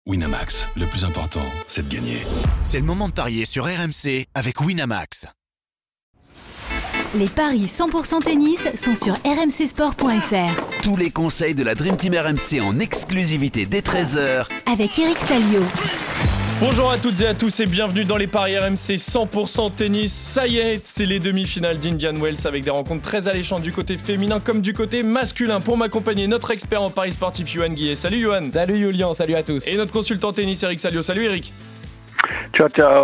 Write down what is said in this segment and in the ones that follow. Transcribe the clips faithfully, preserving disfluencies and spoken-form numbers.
Winamax, le plus important, c'est de gagner. C'est le moment de parier sur R M C avec Winamax. Les paris cent pour cent tennis sont sur r m c sport point f r. Tous les conseils de la Dream Team R M C en exclusivité dès treize heures avec Eric Salio. Bonjour à toutes et à tous et bienvenue dans les paris R M C cent pour cent tennis. Ça y est, c'est les demi-finales d'Indian Wells avec des rencontres très alléchantes du côté féminin comme du côté masculin. Pour m'accompagner, notre expert en paris sportif, Johan Guillet. Salut Johan. Salut Julien, salut à tous. Et notre consultant tennis, Eric Salio. Salut Eric. Ciao, ciao.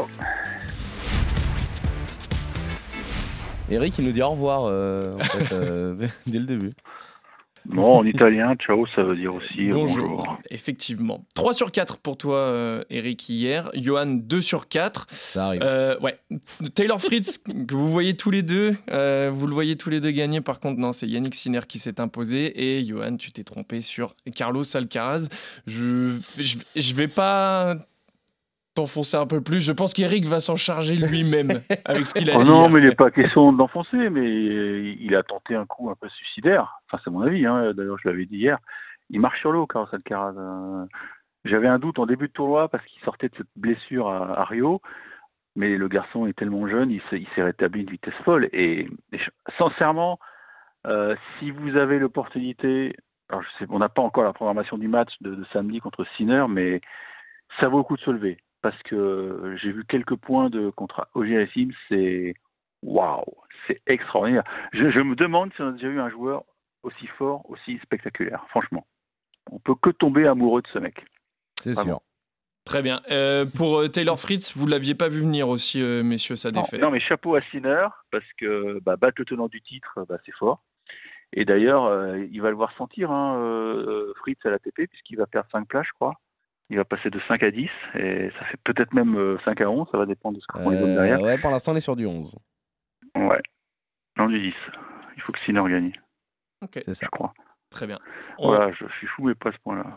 Eric, il nous dit au revoir euh, en fait, euh, dès le début. Bon, en italien, ciao, ça veut dire aussi bonjour. bonjour. Effectivement. trois sur quatre pour toi, euh, Eric, hier. Johan, deux sur quatre. Ça arrive. Euh, ouais. Taylor Fritz, que vous voyez tous les deux. Euh, vous le voyez tous les deux gagner. Par contre, non, c'est Yannick Sinner qui s'est imposé. Et Johan, tu t'es trompé sur Carlos Alcaraz. Je, je, je vais pas t'enfoncer un peu plus. Je pense qu'Eric va s'en charger lui-même avec ce qu'il a oh dit. Non, hier. mais il n'est pas question d'enfoncer, mais il a tenté un coup un peu suicidaire. Enfin, c'est mon avis, hein. D'ailleurs, je l'avais dit hier. Il marche sur l'eau, Carlos Alcaraz. Euh, J'avais un doute en début de tournoi parce qu'il sortait de cette blessure à, à Rio. Mais le garçon est tellement jeune, il s'est, il s'est rétabli de vitesse folle. Et, et sincèrement, euh, si vous avez l'opportunité, alors je sais, on n'a pas encore la programmation du match de, de samedi contre Sinner, mais ça vaut le coup de se lever. Parce que j'ai vu quelques points de contre O G Sim, c'est waouh, c'est extraordinaire. Je, je me demande si on a déjà eu un joueur aussi fort, aussi spectaculaire. Franchement, on peut que tomber amoureux de ce mec. C'est Vraiment. sûr. Très bien. Euh, pour euh, Taylor Fritz, vous ne l'aviez pas vu venir aussi, euh, messieurs, sa Non, défaite. non, mais chapeau à Sinner, parce que bah, battre le tenant du titre, bah, c'est fort. Et d'ailleurs, euh, il va le voir sentir, hein, euh, Fritz à l'A T P, puisqu'il va perdre cinq places, je crois. Il va passer de cinq à dix, et ça fait peut-être même cinq à onze, ça va dépendre de ce qu'on les donne derrière. Euh, ouais, pour l'instant, on est sur du onze. Ouais, non, du dix. Il faut que Sinner gagne, Ok, C'est ça. je crois. très bien. On, Voilà, je suis fou, mais pas à ce point-là.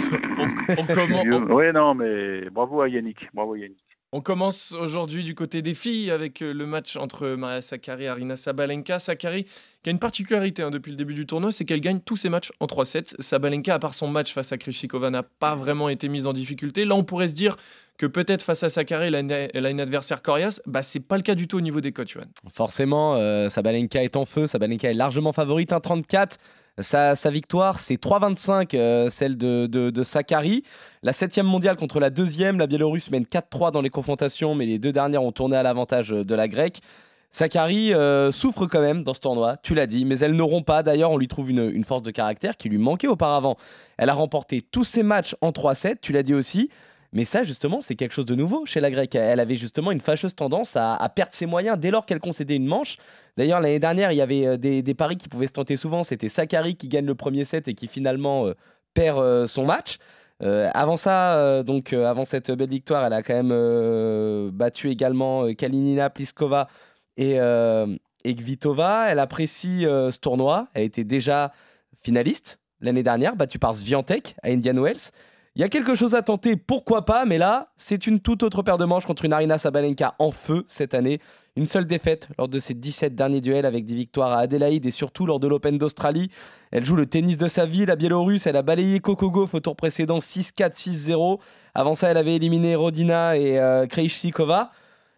on, on commen- on- Ouais, non, mais bravo à Yannick, bravo à Yannick. On commence aujourd'hui du côté des filles avec euh, le match entre Maria Sakkari et Aryna Sabalenka. Sakkari qui a une particularité hein, depuis le début du tournoi, c'est qu'elle gagne tous ses matchs en trois sept. Sabalenka, à part son match face à Krejcikova, n'a pas vraiment été mise en difficulté. Là, on pourrait se dire que peut-être face à Sakkari, elle a une, elle a une adversaire coriace. Bah, c'est pas le cas du tout au niveau des cotes, Johan. Forcément, euh, Sabalenka est en feu. Sabalenka est largement favorite, un trente-quatre. Sa, sa victoire, c'est trois vingt-cinq, euh, celle de, de, de Sakkari. La septième mondiale contre la deuxième. La Biélorusse mène quatre trois dans les confrontations, mais les deux dernières ont tourné à l'avantage de la Grecque. Sakkari euh, souffre quand même dans ce tournoi, tu l'as dit, mais elle n'auront pas. D'ailleurs, on lui trouve une, une force de caractère qui lui manquait auparavant. Elle a remporté tous ses matchs en trois sept, tu l'as dit aussi. Mais ça, justement, c'est quelque chose de nouveau chez la Grecque. Elle avait justement une fâcheuse tendance à, à perdre ses moyens dès lors qu'elle concédait une manche. D'ailleurs, l'année dernière, il y avait des, des paris qui pouvaient se tenter souvent. C'était Sakkari qui gagne le premier set et qui finalement euh, perd euh, son match. Euh, avant ça, euh, donc euh, avant cette belle victoire, elle a quand même euh, battu également euh, Kalinina, Pliskova et, euh, et Kvitova. Elle apprécie euh, ce tournoi. Elle était déjà finaliste l'année dernière, battue par Swiatek à Indian Wells. Il y a quelque chose à tenter, pourquoi pas, mais là, c'est une toute autre paire de manches contre une Aryna Sabalenka en feu cette année. Une seule défaite lors de ses dix-sept derniers duels avec des victoires à Adélaïde et surtout lors de l'Open d'Australie. Elle joue le tennis de sa vie, la Biélorusse. Elle a balayé Coco Gauff au tour précédent six quatre, six zéro. Avant ça, elle avait éliminé Rodina et euh, Krejcikova.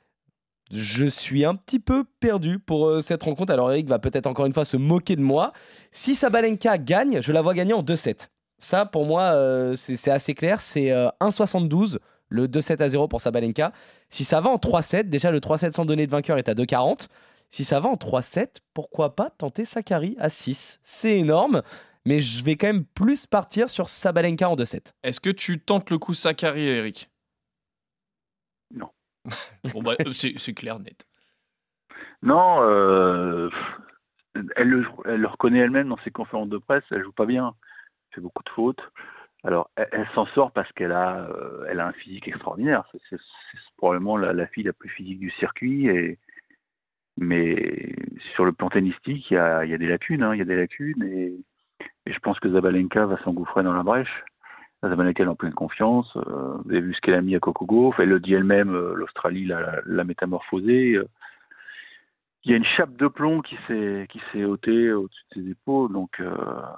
Je suis un petit peu perdu pour euh, cette rencontre. Alors Eric va peut-être encore une fois se moquer de moi. Si Sabalenka gagne, je la vois gagner en deux sept. Ça, pour moi, euh, c'est, c'est assez clair. C'est euh, un soixante-douze, le deux sept à zéro pour Sabalenka. Si ça va en trois sept, déjà le trois sept sans donner de vainqueur est à deux quarante. Si ça va en trois sept, pourquoi pas tenter Sakkari à six? C'est énorme, mais je vais quand même plus partir sur Sabalenka en deux sept. Est-ce que tu tentes le coup Sakkari, Eric? Non. Bon, bah, c'est, c'est clair, net. Non, euh, elle, le, elle le reconnaît elle-même dans ses conférences de presse, elle joue pas bien, elle fait beaucoup de fautes. Alors, elle, elle s'en sort parce qu'elle a, euh, elle a un physique extraordinaire. C'est, c'est, c'est probablement la, la fille la plus physique du circuit. Et, mais sur le plan tennistique, il y a, il y a des lacunes. Hein, il y a des lacunes et, et je pense que Sabalenka va s'engouffrer dans la brèche. Sabalenka est en pleine confiance. Euh, vous avez vu ce qu'elle a mis à Coco Gauff. Elle le dit elle-même, euh, l'Australie l'a, l'a métamorphosée. Euh, il y a une chape de plomb qui s'est, qui s'est ôtée au-dessus de ses épaules. Donc, euh, je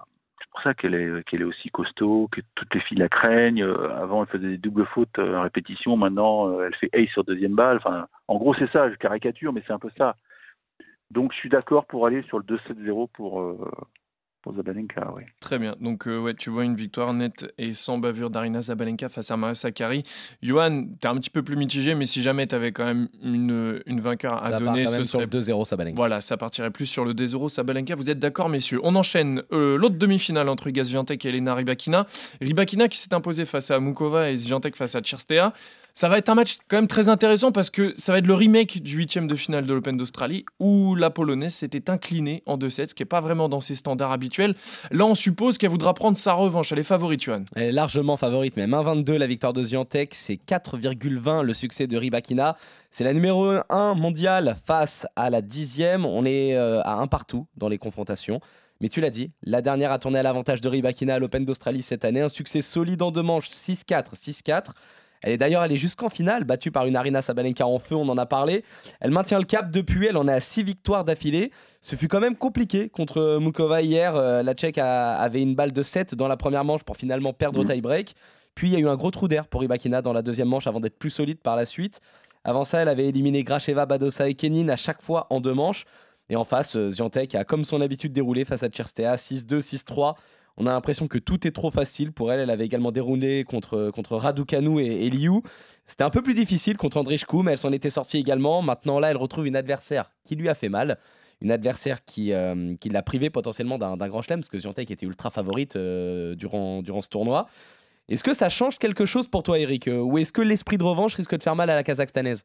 pour ça qu'elle est, qu'elle est aussi costaud, que toutes les filles la craignent. Euh, avant, elle faisait des doubles fautes euh, à répétition. Maintenant, euh, elle fait ace sur deuxième balle. Enfin, en gros, c'est ça. Je caricature, mais c'est un peu ça. Donc, je suis d'accord pour aller sur le deux sept zéro pour, euh, pour Zabalenka. Oui. Très bien. Donc, euh, ouais, tu vois une victoire nette et sans bavure d'Aryna Sabalenka face à Maria Sakkari. Johan, tu es un petit peu plus mitigé, mais si jamais tu avais quand même une, une vainqueur à Ça donner, part quand même ce sur serait. le deux zéro Sabalenka. Voilà, ça partirait plus sur le deux zéro Sabalenka. Vous êtes d'accord, messieurs? On enchaîne. Euh, l'autre demi-finale entre Iga Swiatek et Elena Rybakina. Rybakina qui s'est imposée face à Mukova et Swiatek face à Cirstea. Ça va être un match quand même très intéressant parce que ça va être le remake du huitième de finale de l'Open d'Australie où la Polonaise s'était inclinée en deux sept, ce qui n'est pas vraiment dans ses standards habituels. Là, on suppose qu'elle voudra prendre sa revanche. Elle est favorite, Johan. Elle est largement favorite, même un vingt-deux la victoire de Swiatek, c'est quatre virgule vingt le succès de Rybakina. C'est la numéro un mondiale face à la dixième. On est euh, à un partout dans les confrontations. Mais tu l'as dit, la dernière a tourné à l'avantage de Rybakina à l'Open d'Australie cette année. Un succès solide en deux manches, six quatre, six quatre. Elle est d'ailleurs allée jusqu'en finale, battue par une Aryna Sabalenka en feu, on en a parlé. Elle maintient le cap depuis, elle en est à six victoires d'affilée. Ce fut quand même compliqué contre Mukova hier. Euh, la Tchèque a, avait une balle de sept dans la première manche pour finalement perdre au tie-break. Puis il y a eu un gros trou d'air pour Rybakina dans la deuxième manche avant d'être plus solide par la suite. Avant ça, elle avait éliminé Gracheva, Badosa et Kenin à chaque fois en deux manches. Et en face, euh, Swiatek a comme son habitude déroulé face à Cirstea, six deux, six trois. On a l'impression que tout est trop facile pour elle. Elle avait également déroulé contre, contre Raducanu et, et Liu. C'était un peu plus difficile contre Andreescu, mais elle s'en était sortie également. Maintenant, là, elle retrouve une adversaire qui lui a fait mal. Une adversaire qui, euh, qui l'a privée potentiellement d'un, d'un grand chelem, parce que Swiatek était ultra favorite euh, durant, durant ce tournoi. Est-ce que ça change quelque chose pour toi, Eric? Ou est-ce que l'esprit de revanche risque de faire mal à la Kazakhstanaise?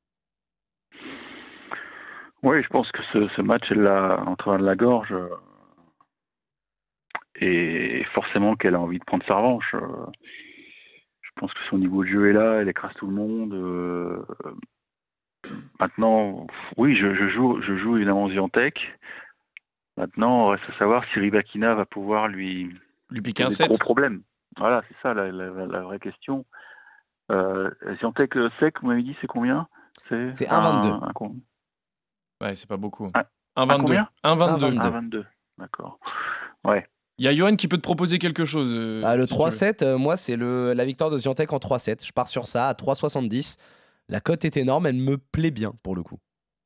Oui, je pense que ce, ce match, elle l'a en travers de la gorge. Et forcément qu'elle a envie de prendre sa revanche. Je pense que son niveau de jeu est là, elle écrase tout le monde. Maintenant, oui, je, je joue, je joue évidemment Swiatek. Maintenant, on reste à savoir si Rybakina va pouvoir lui, lui piquer un des set. gros problèmes. Voilà, c'est ça la, la, la vraie question. Euh, Swiatek sec, vous m'avez dit, c'est combien? C'est, c'est un vingt-deux. Un, un, ouais, c'est pas beaucoup. Un, un vingt-deux. Un vingt-deux. un vingt-deux. D'accord. Ouais. Il y a Johan qui peut te proposer quelque chose. Euh, ah, le si trois sept, euh, moi, c'est le, la victoire de Swiatek en trois sept. Je pars sur ça à trois soixante-dix. La cote est énorme, elle me plaît bien pour le coup.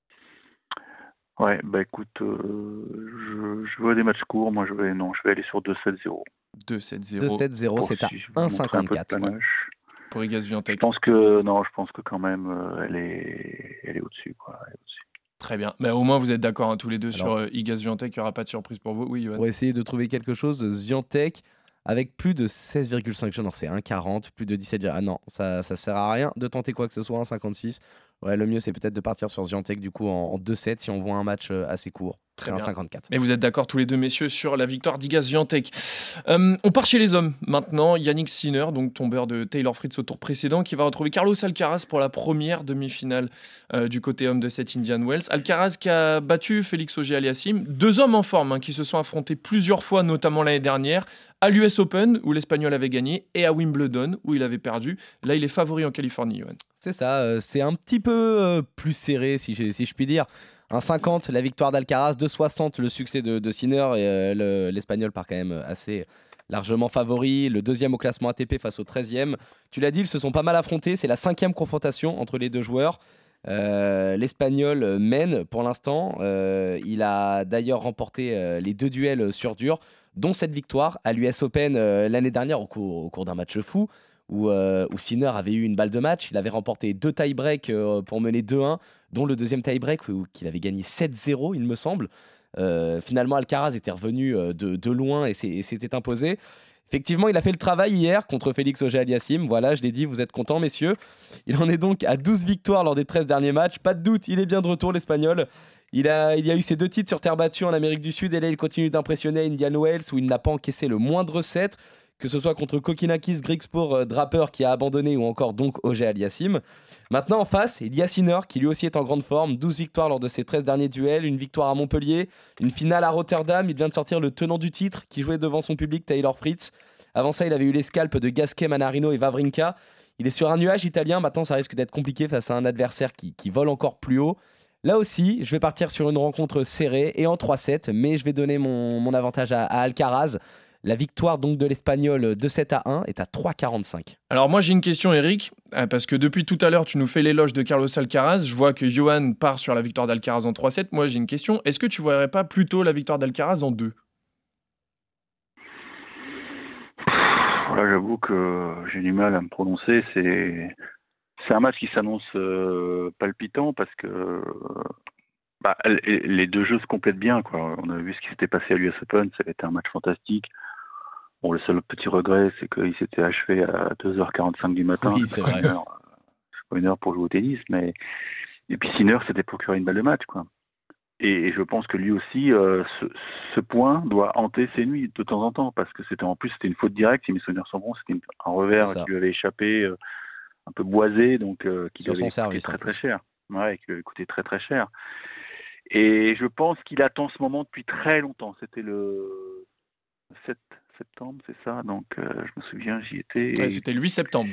Ouais, bah écoute, euh, je, je vois des matchs courts. Moi, je vais, non, je vais aller sur deux sept zéro. deux sept zéro. deux sept zéro, c'est à un cinquante-quatre. Ouais. Pour Iga Swiatek. Je pense que, non, je pense que quand même, euh, elle est, elle est au-dessus, quoi. Elle est au-dessus. Très bien. Mais au moins, vous êtes d'accord hein, tous les deux Alors, sur euh, Iga Swiatek. Il n'y aura pas de surprise pour vous. Oui, Johan. On va essayer de trouver quelque chose. Swiatek avec plus de seize virgule cinq jeux. Non, c'est un quarante. Plus de dix-sept. Ah non, ça ne sert à rien de tenter quoi que ce soit. un cinquante-six. Ouais, le mieux, c'est peut-être de partir sur Swiatek du coup en, en deux sept si on voit un match assez court. Très un bien. cinquante-quatre. Mais vous êtes d'accord tous les deux, messieurs, sur la victoire d'Iga Swiatek. Euh, on part chez les hommes maintenant. Yannick Sinner, donc tombeur de Taylor Fritz au tour précédent, qui va retrouver Carlos Alcaraz pour la première demi-finale euh, du côté homme de cette Indian Wells. Alcaraz qui a battu Félix Auger-Aliassime. Deux hommes en forme hein, qui se sont affrontés plusieurs fois, notamment l'année dernière, à l'U S Open où l'Espagnol avait gagné et à Wimbledon où il avait perdu. Là, il est favori en Californie, Johan. C'est ça, euh, c'est un petit peu euh, plus serré si je, si je puis dire. un cinquante, la victoire d'Alcaraz, deux soixante, le succès de, de Sinner, et euh, le, l'Espagnol part quand même assez largement favori. Le deuxième au classement A T P face au treizième. Tu l'as dit, ils se sont pas mal affrontés. C'est la cinquième confrontation entre les deux joueurs. Euh, L'Espagnol mène pour l'instant. Euh, il a d'ailleurs remporté euh, les deux duels sur dur, dont cette victoire à l'U S Open euh, l'année dernière au cours, au cours d'un match fou. Où, euh, où Sinner avait eu une balle de match. Il avait remporté deux tie-breaks euh, pour mener deux un, dont le deuxième tie-break où, qu'il avait gagné sept zéro, il me semble. Euh, finalement, Alcaraz était revenu euh, de, de loin et, c'est, et s'était imposé. Effectivement, il a fait le travail hier contre Félix Auger-Aliassime. Voilà, je l'ai dit, vous êtes contents, messieurs. Il en est donc à douze victoires lors des treize derniers matchs. Pas de doute, il est bien de retour, l'Espagnol. Il a, il y a eu ses deux titres sur terre battue en Amérique du Sud et là, il continue d'impressionner à Indian Wells où il n'a pas encaissé le moindre set. Que ce soit contre Kokinakis, Grigspor, euh, Draper qui a abandonné ou encore donc Auger-Aliassime. Maintenant en face, il y a Sinner qui lui aussi est en grande forme, douze victoires lors de ses treize derniers duels, une victoire à Montpellier, une finale à Rotterdam, il vient de sortir le tenant du titre qui jouait devant son public, Taylor Fritz. Avant ça, il avait eu les scalps de Gasquet, Manarino et Wawrinka. Il est sur un nuage italien, maintenant ça risque d'être compliqué face à un adversaire qui, qui vole encore plus haut. Là aussi, je vais partir sur une rencontre serrée et en trois sept, mais je vais donner mon, mon avantage à, à Alcaraz. La victoire donc de l'Espagnol deux sept à un est à trois quarante-cinq. Alors moi j'ai une question Eric, euh, parce que depuis tout à l'heure tu nous fais l'éloge de Carlos Alcaraz, je vois que Johan part sur la victoire d'Alcaraz en trois sept, moi j'ai une question, est-ce que tu ne voudrais pas plutôt la victoire d'Alcaraz en deux? Là, j'avoue que j'ai du mal à me prononcer. C'est, c'est un match qui s'annonce euh, palpitant parce que bah, les deux jeux se complètent bien, quoi. On a vu ce qui s'était passé à l'U S Open, ça avait été un match fantastique. Bon, le seul petit regret, c'est qu'il s'était achevé à deux heures quarante-cinq du matin. Oui, c'est vrai. Une heure, c'est pas une heure pour jouer au tennis, mais et puis Sinner s'était procuré une balle de match, quoi. Et, et je pense que lui aussi, euh, ce, ce point doit hanter ses nuits de temps en temps, parce que c'était en plus c'était une faute directe. Si mes souvenirs sont bons, c'était une, un revers qui lui avait échappé, euh, un peu boisé, donc euh, qui lui avait coûté très très cher. Ouais, qui lui avait coûté très très cher. Et je pense qu'il attend ce moment depuis très longtemps. C'était le sept septembre, c'est ça. Donc euh, je me souviens, j'y étais. Ouais, c'était le huit septembre.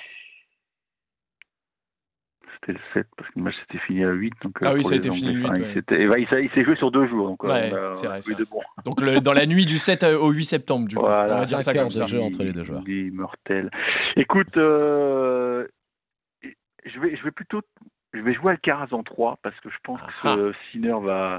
C'était le sept parce que le match s'était fini à huit. Donc, ah euh, oui, ça a été Anglais, fini le huit. Enfin, Ouais. il, s'était, bah, il, il s'est joué sur deux jours. Donc, ouais, on a, c'est on a vrai. de bon. Donc le, dans la nuit du sept au huit septembre, du coup. Voilà, on va dire ça comme ça. Jeu entre les deux joueurs. Il est mortel. Écoute, euh, je, vais, je vais plutôt je vais jouer Alcaraz en trois parce que je pense ah. que Sinner va.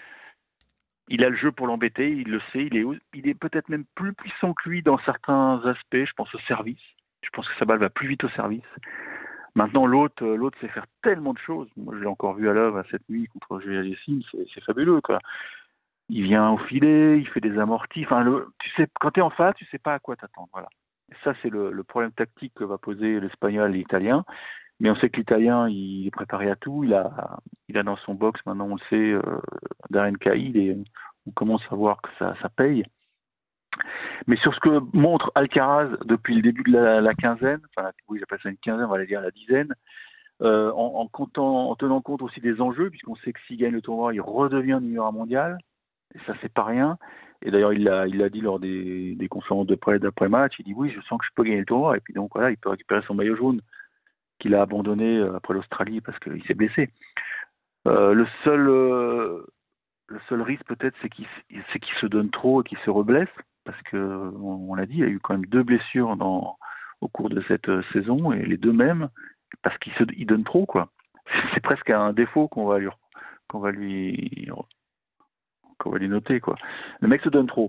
Il a le jeu pour l'embêter, il le sait, il est, il est peut-être même plus puissant que lui dans certains aspects, je pense au service. Je pense que sa balle va plus vite au service. Maintenant, l'autre, l'autre sait faire tellement de choses. Moi, je l'ai encore vu à l'œuvre cette nuit contre G G Sim, c'est, c'est fabuleux, quoi. Il vient au filet, il fait des amortis. Enfin, le, tu sais, quand tu es en face, tu sais pas à quoi t'attendre. Voilà. Et ça, c'est le, le problème tactique que va poser l'Espagnol et l'Italien. Mais on sait que l'Italien, il est préparé à tout. Il a, il a dans son box, maintenant on le sait, euh, Darren Cahill, et on commence à voir que ça, ça paye. Mais sur ce que montre Alcaraz depuis le début de la, la quinzaine, enfin, oui, j'appelle ça une quinzaine, on va aller dire la dizaine, euh, en, en, comptant, en tenant compte aussi des enjeux, puisqu'on sait que s'il gagne le tournoi, il redevient numéro un mondial. Et ça, c'est pas rien. Et d'ailleurs, il l'a, il l'a dit lors des, des conférences de presse d'après-match. Il dit oui, je sens que je peux gagner le tournoi. Et puis donc voilà, il peut récupérer son maillot jaune qu'il a abandonné après l'Australie parce qu'il s'est blessé. Euh, le seul, euh, le seul risque peut-être, c'est qu'il, c'est qu'il se donne trop et qu'il se reblesse. Parce que, on, on l'a dit, il y a eu quand même deux blessures dans, au cours de cette euh, saison, et les deux mêmes, parce qu'il se, il donne trop, quoi. C'est presque un défaut qu'on va lui, qu'on va lui, qu'on va lui noter, quoi. Le mec se donne trop.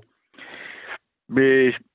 Mais je,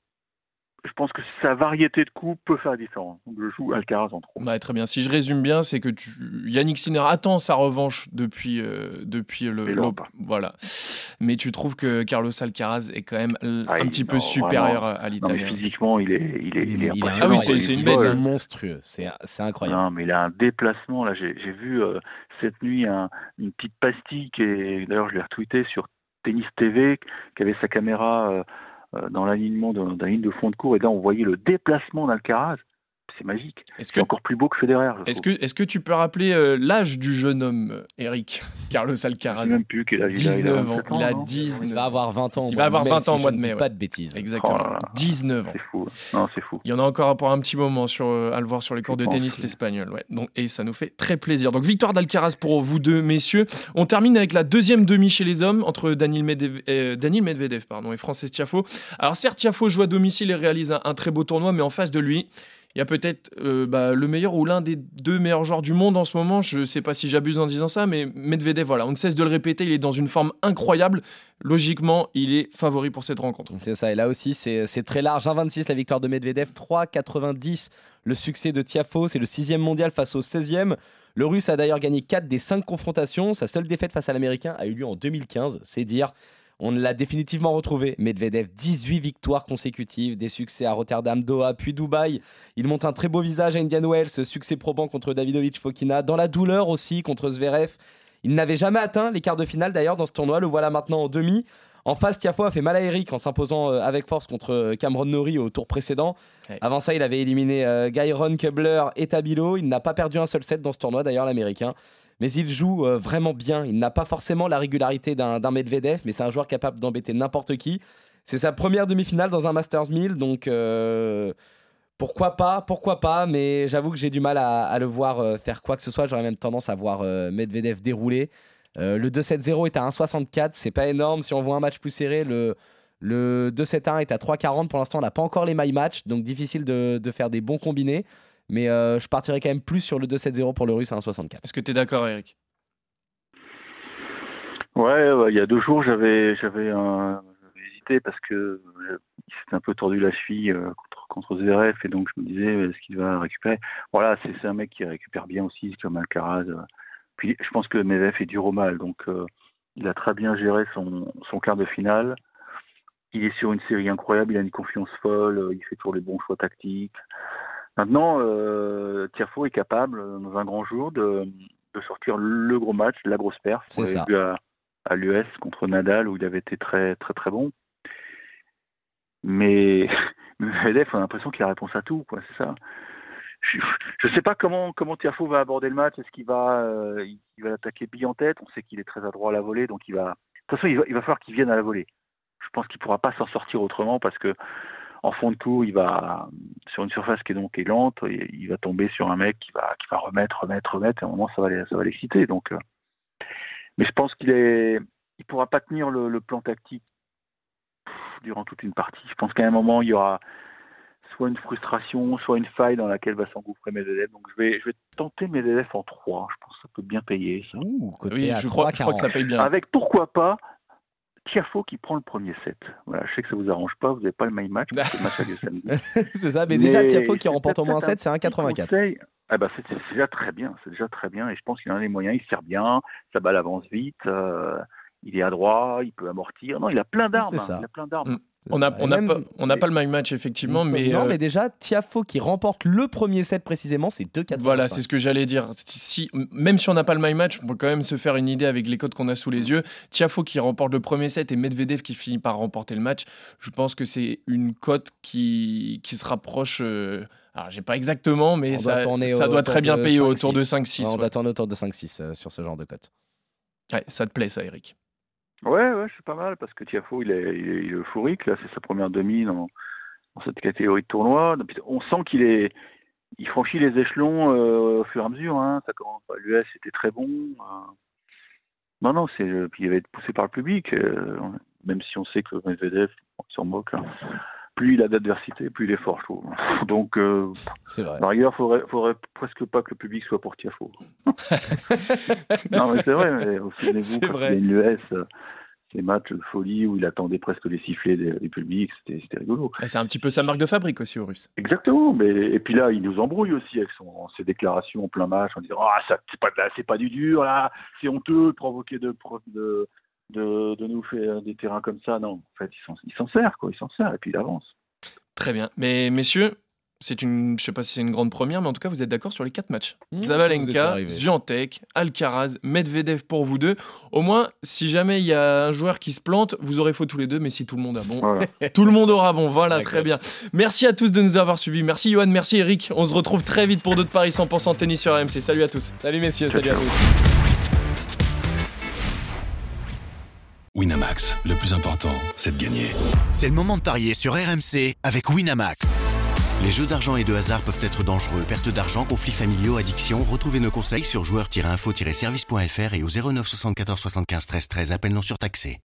je pense que sa variété de coups peut faire la différence. Donc je joue Alcaraz en trop. Bah, très bien. Si je résume bien, c'est que tu... Yannick Sinner attend sa revanche depuis, euh, depuis le, le... Voilà. Mais tu trouves que Carlos Alcaraz est quand même ah, un petit non, peu supérieur vraiment. À l'Italien. Non, mais physiquement, il est, il est, il est, il est ah oui, c'est, c'est une bête. Il est monstrueux. C'est, c'est incroyable. Non, mais il a un déplacement. Là, j'ai, j'ai vu euh, cette nuit un, une petite pastille et d'ailleurs je l'ai retweeté sur Tennis T V qui avait sa caméra. Euh, dans l'alignement de, dans la ligne de fond de cours, et là on voyait le déplacement d'Alcaraz, c'est magique. Est-ce que, c'est encore plus beau que Federer. Est-ce que, est-ce que tu peux rappeler euh, l'âge du jeune homme, Eric Carlos Alcaraz? Je sais même plus quel âge dix-neuf il a. ans. Il a dix-neuf. Il va avoir vingt ans. Il va avoir vingt ans au mois de mai. Pas de bêtises. Exactement. Oh là là. dix-neuf ans. C'est fou. Non, c'est fou. Il y en a encore pour un petit moment sur, euh, à le voir sur les cours de tennis, oui. L'espagnol. Ouais. Donc, et ça nous fait très plaisir. Donc victoire d'Alcaraz pour vous deux, messieurs. On termine avec la deuxième demi chez les hommes entre Daniil Medvedev, euh, Daniil Medvedev pardon, et Frances Tiafoe. Alors certes, Tiafoe joue à domicile et réalise un, un très beau tournoi, mais en face de lui, il y a peut-être euh, bah, le meilleur ou l'un des deux meilleurs joueurs du monde en ce moment. Je ne sais pas si j'abuse en disant ça, mais Medvedev, voilà, on ne cesse de le répéter, il est dans une forme incroyable. Logiquement, il est favori pour cette rencontre. C'est ça, et là aussi, c'est, c'est très large. un vingt-six la victoire de Medvedev, trois quatre-vingt-dix le succès de Tiafoe. C'est le sixième mondial face au seizième. Le Russe a d'ailleurs gagné quatre des cinq confrontations. Sa seule défaite face à l'Américain a eu lieu en deux mille quinze, c'est dire. On l'a définitivement retrouvé. Medvedev, dix-huit victoires consécutives, des succès à Rotterdam, Doha, puis Dubaï. Il monte un très beau visage à Indian Wells, succès probant contre Davidovich Fokina, dans la douleur aussi contre Zverev. Il n'avait jamais atteint les quarts de finale d'ailleurs dans ce tournoi, le voilà maintenant en demi. En face, Tiafoe a fait mal à Eric en s'imposant avec force contre Cameron Norrie au tour précédent. Ouais. Avant ça, il avait éliminé Gyron, Kubler et Tabilo. Il n'a pas perdu un seul set dans ce tournoi d'ailleurs, l'Américain. Mais il joue euh, vraiment bien. Il n'a pas forcément la régularité d'un, d'un Medvedev, mais c'est un joueur capable d'embêter n'importe qui. C'est sa première demi-finale dans un Masters mille, donc euh, pourquoi pas, pourquoi pas. Mais j'avoue que j'ai du mal à, à le voir euh, faire quoi que ce soit. J'aurais même tendance à voir euh, Medvedev dérouler. Euh, le deux sept zéro est à un soixante-quatre, c'est pas énorme. Si on voit un match plus serré, le, Le deux sept un est à trois quarante. Pour l'instant, on n'a pas encore les my match, donc difficile de, de faire des bons combinés. Mais euh, je partirais quand même plus sur le deux sept zéro pour le russe à un soixante-quatre. Est-ce que tu es d'accord, Eric? Ouais, ouais, il y a deux jours, j'avais, j'avais, un, j'avais hésité parce que il s'était un peu tordu la cheville euh, contre, contre Zverev et donc je me disais, est-ce qu'il va récupérer? Voilà, c'est, c'est un mec qui récupère bien aussi, comme Alcaraz. Puis je pense que Medvedev est dur au mal, donc euh, il a très bien géré son, son quart de finale. Il est sur une série incroyable, il a une confiance folle, il fait toujours les bons choix tactiques. Maintenant, euh, Tiafoe est capable, dans un grand jour, de, de sortir le gros match, la grosse perf. C'est On ça. l'avait vu à, à l'U S contre Nadal, où il avait été très très très bon. Mais Medvedev, on a l'impression qu'il a réponse à tout, quoi, c'est ça. Je ne sais pas comment, comment Tiafoe va aborder le match. Est-ce qu'il va, euh, il va l'attaquer bille en tête? On sait qu'il est très adroit à la volée, donc il va... De toute façon, il va, il va falloir qu'il vienne à la volée. Je pense qu'il ne pourra pas s'en sortir autrement parce que en fond de cours, il va sur une surface qui est donc est lente, et il va tomber sur un mec qui va qui va remettre, remettre, remettre, et à un moment ça va ça va l'exciter. Donc, euh... mais je pense qu'il est, il pourra pas tenir le, le plan tactique durant toute une partie. Je pense qu'à un moment il y aura soit une frustration, soit une faille dans laquelle va s'engouffrer Medvedev. Donc je vais je vais tenter Medvedev en trois. Je pense que ça peut bien payer. Ça. Ouh, côté Oui, à je crois, je crois que ça paye bien. Avec pourquoi pas Tiafoe qui prend le premier set. Voilà, je sais que ça vous arrange pas, vous n'avez pas le my match, parce que le match a lieu samedi. C'est ça, mais, Mais déjà Tiafoe qui c'est remporte au moins un peut-être set, c'est un quatre-vingt-quatre. conseil. Ah bah c'est, c'est déjà très bien, c'est déjà très bien, et je pense qu'il en a les moyens, il sert bien, sa balle avance vite, euh, il est adroit, il peut amortir. Non, il a plein d'armes. C'est ça. Hein, il a plein d'armes. Mm. On n'a on Même- pas, on n'a pas le my match, effectivement, mais, non, euh, mais déjà, Tiafoe qui remporte le premier set précisément, c'est deux quatre. voilà, c'est ce que j'allais dire. Si, même si on n'a pas le my match, on peut quand même se faire une idée avec les codes qu'on a sous les yeux. Tiafoe qui remporte le premier set et Medvedev qui finit par remporter le match. Je pense que c'est une cote qui, qui se rapproche. Euh, alors, j'ai pas exactement, mais On ça, doit tourner ça au- doit autour très bien de payer cinq, autour six. de cinq six. On Ouais. doit tourner autour de cinq six euh, sur ce genre de cote. Ouais, ça te plaît, ça, Eric? Ouais, ouais, c'est pas mal, parce que Tiafoe, il est, il est, il est euphorique, là, c'est sa première demi dans, dans cette catégorie de tournoi. On sent qu'il est, il franchit les échelons euh, au fur et à mesure. Hein. Ça commence, l'U S était très bon. Euh... Non, non, c'est, puis il va être poussé par le public, euh, même si on sait que Medvedev, on s'en moque. Hein. Plus il a d'adversité, plus il est fort, je trouve. Donc, euh, C'est vrai. par ailleurs, il faudrait, faudrait presque pas que le public soit pour Tiafoe. Non, mais c'est vrai, mais souvenez-vous, C'est quand vrai. il y a une U S, euh, ces matchs de folie où il attendait presque les sifflets des- du public, c'était, c'était rigolo. Et c'est un petit peu sa marque de fabrique aussi, aux Russes. Exactement, mais et puis là, il nous embrouille aussi avec son, ses déclarations en plein match en disant ah ça c'est pas de la- c'est pas du dur là, c'est honteux de provoquer de pro- de de, de nous faire des terrains comme ça. Non, en fait, il s'en, il s'en sert quoi, il s'en sert et puis il avance. Très bien. Mais messieurs, c'est une, je sais pas si c'est une grande première, mais en tout cas, vous êtes d'accord sur les quatre matchs. Mmh, vous êtes Zabalenka, arrivés. Swiatek, Alcaraz, Medvedev pour vous deux. Au moins, si jamais il y a un joueur qui se plante, vous aurez faux tous les deux, mais si tout le monde a bon, Voilà. tout le monde aura bon. Voilà, D'accord. très bien. Merci à tous de nous avoir suivis. Merci Johan, merci Eric. On se retrouve très vite pour d'autres paris cent pour cent tennis sur R M C. Salut à tous. Salut messieurs, Ciao, salut à ciao. tous. Winamax, le plus important, c'est de gagner. C'est le moment de parier sur R M C avec Winamax. Les jeux d'argent et de hasard peuvent être dangereux. Perte d'argent, conflits familiaux, addiction. Retrouvez nos conseils sur joueurs tiret info tiret service point f r et au zéro neuf soixante-quatorze soixante-quinze treize treize. Appel non surtaxé.